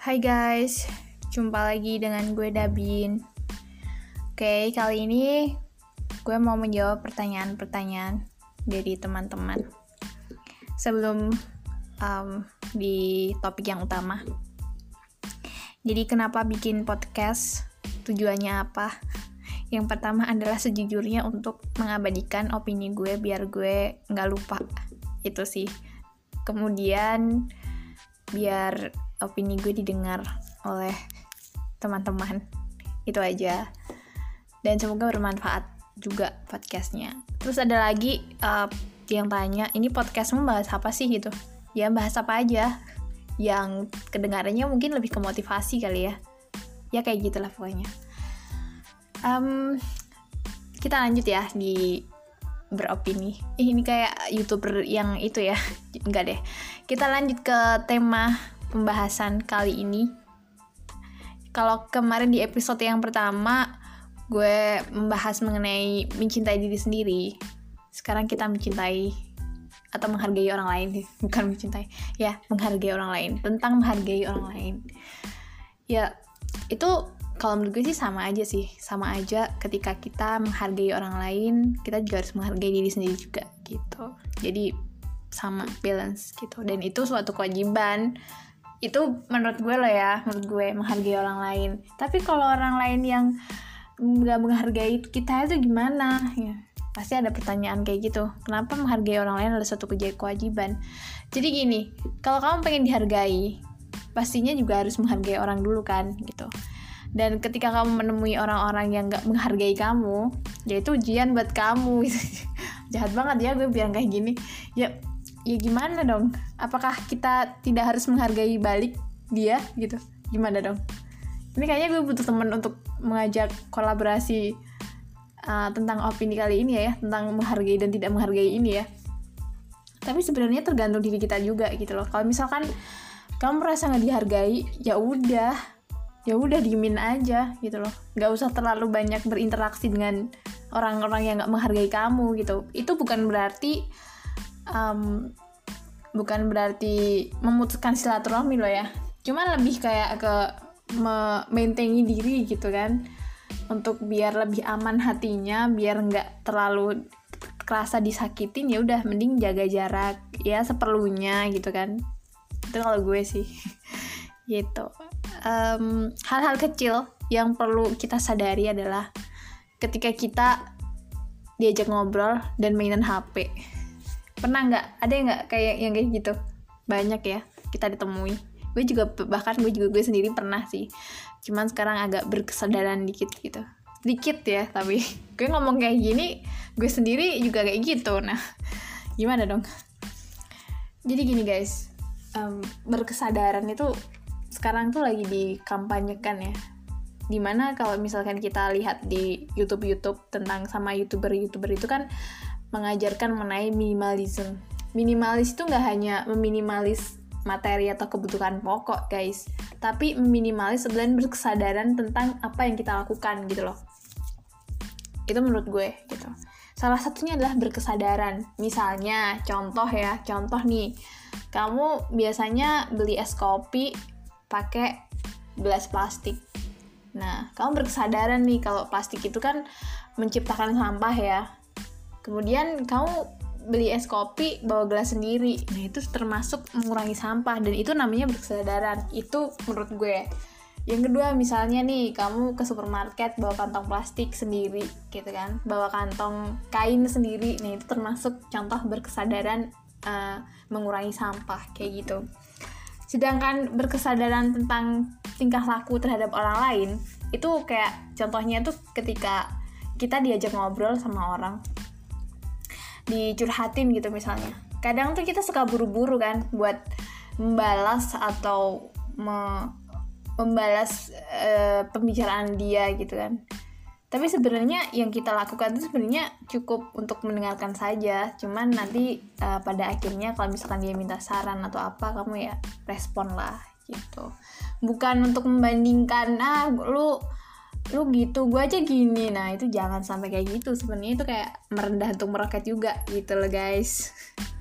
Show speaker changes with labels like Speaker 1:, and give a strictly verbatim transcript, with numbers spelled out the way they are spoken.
Speaker 1: Hai guys, jumpa lagi dengan gue Dabin. Oke, kali ini gue mau menjawab pertanyaan-pertanyaan dari teman-teman sebelum um, di topik yang utama. Jadi kenapa bikin podcast? Tujuannya apa? Yang pertama adalah sejujurnya untuk mengabadikan opini gue biar gue gak lupa. Itu sih. Kemudian biar opini gue didengar oleh teman-teman. Itu aja. Dan semoga bermanfaat juga podcastnya. Terus ada lagi uh, yang tanya, ini podcastmu bahas apa sih gitu? Ya bahas apa aja yang kedengarannya mungkin lebih ke motivasi kali ya. Ya kayak gitulah pokoknya. Um, kita lanjut ya di beropini. Eh, ini kayak YouTuber yang itu ya. Enggak deh. Kita lanjut ke tema pembahasan kali ini. Kalau kemarin di episode yang pertama gue membahas mengenai mencintai diri sendiri. Sekarang kita mencintai atau menghargai orang lain, bukan mencintai. Ya, menghargai orang lain, tentang menghargai orang lain. Ya, itu kalau menurut gue sih sama aja sih. Sama aja ketika kita menghargai orang lain, kita juga harus menghargai diri sendiri juga gitu. Jadi sama, balance gitu. Dan itu suatu kewajiban. Itu menurut gue loh ya, menurut gue menghargai orang lain. Tapi kalau orang lain yang nggak menghargai kita itu gimana? Ya, pasti ada pertanyaan kayak gitu. Kenapa menghargai orang lain adalah suatu kewajiban? Jadi gini, kalau kamu pengen dihargai, pastinya juga harus menghargai orang dulu kan, gitu. Dan ketika kamu menemui orang-orang yang nggak menghargai kamu, ya itu ujian buat kamu. Jahat banget ya gue bilang kayak gini. Ya. Ya gimana dong? Apakah kita tidak harus menghargai balik dia gitu? Gimana dong? Ini kayaknya gue butuh teman untuk mengajak kolaborasi uh, tentang opini kali ini ya, tentang menghargai dan tidak menghargai ini ya. Tapi sebenarnya tergantung diri kita juga gitu loh. Kalau misalkan kamu merasa nggak dihargai, ya udah, ya udah diemin aja gitu loh. Nggak usah terlalu banyak berinteraksi dengan orang-orang yang nggak menghargai kamu gitu. Itu bukan berarti Um, bukan berarti memutuskan silaturahmi loh ya, cuman lebih kayak ke me-maintain diri gitu kan, untuk biar lebih aman hatinya, biar nggak terlalu kerasa disakitin. Ya udah mending jaga jarak ya seperlunya gitu kan. Itu kalau gue sih gitu. Um, hal-hal kecil yang perlu kita sadari adalah ketika kita diajak ngobrol dan mainan H P. Pernah nggak? Ada nggak kayak yang kayak gitu? Banyak ya kita ditemui. Gue juga, bahkan gue juga gue sendiri pernah sih. Cuman sekarang agak berkesadaran dikit gitu. Dikit ya, tapi gue ngomong kayak gini, gue sendiri juga kayak gitu. Nah, gimana dong? Jadi gini guys, um, berkesadaran itu sekarang tuh lagi dikampanyekan ya. Dimana kalau misalkan kita lihat di YouTube-YouTube tentang sama YouTuber-YouTuber itu kan mengajarkan mengenai minimalism. Minimalis itu nggak hanya meminimalis materi atau kebutuhan pokok guys, tapi meminimalis dan berkesadaran tentang apa yang kita lakukan gitu loh. Itu menurut gue gitu. Salah satunya adalah berkesadaran. Misalnya contoh ya, contoh nih, kamu biasanya beli es kopi pakai gelas plastik. Nah, kamu berkesadaran nih kalau plastik itu kan menciptakan sampah ya. Kemudian kamu beli es kopi bawa gelas sendiri. Nah itu termasuk mengurangi sampah. Dan itu namanya berkesadaran. Itu menurut gue. Yang kedua misalnya nih, kamu ke supermarket bawa kantong plastik sendiri gitu kan, bawa kantong kain sendiri. Nah itu termasuk contoh berkesadaran uh, mengurangi sampah kayak gitu. Sedangkan berkesadaran tentang tingkah laku terhadap orang lain, itu kayak contohnya tuh ketika kita diajak ngobrol sama orang, dicurhatin gitu misalnya. Kadang tuh kita suka buru-buru kan buat membalas atau me- membalas uh, pembicaraan dia gitu kan. Tapi sebenarnya yang kita lakukan itu sebenarnya cukup untuk mendengarkan saja. Cuman nanti uh, pada akhirnya kalau misalkan dia minta saran atau apa, kamu ya respon lah gitu. Bukan untuk membandingkan, ah lu lu gitu, gue aja gini. Nah itu jangan sampai kayak gitu. Sebenarnya itu kayak merendah untuk meroket juga gitu loh guys.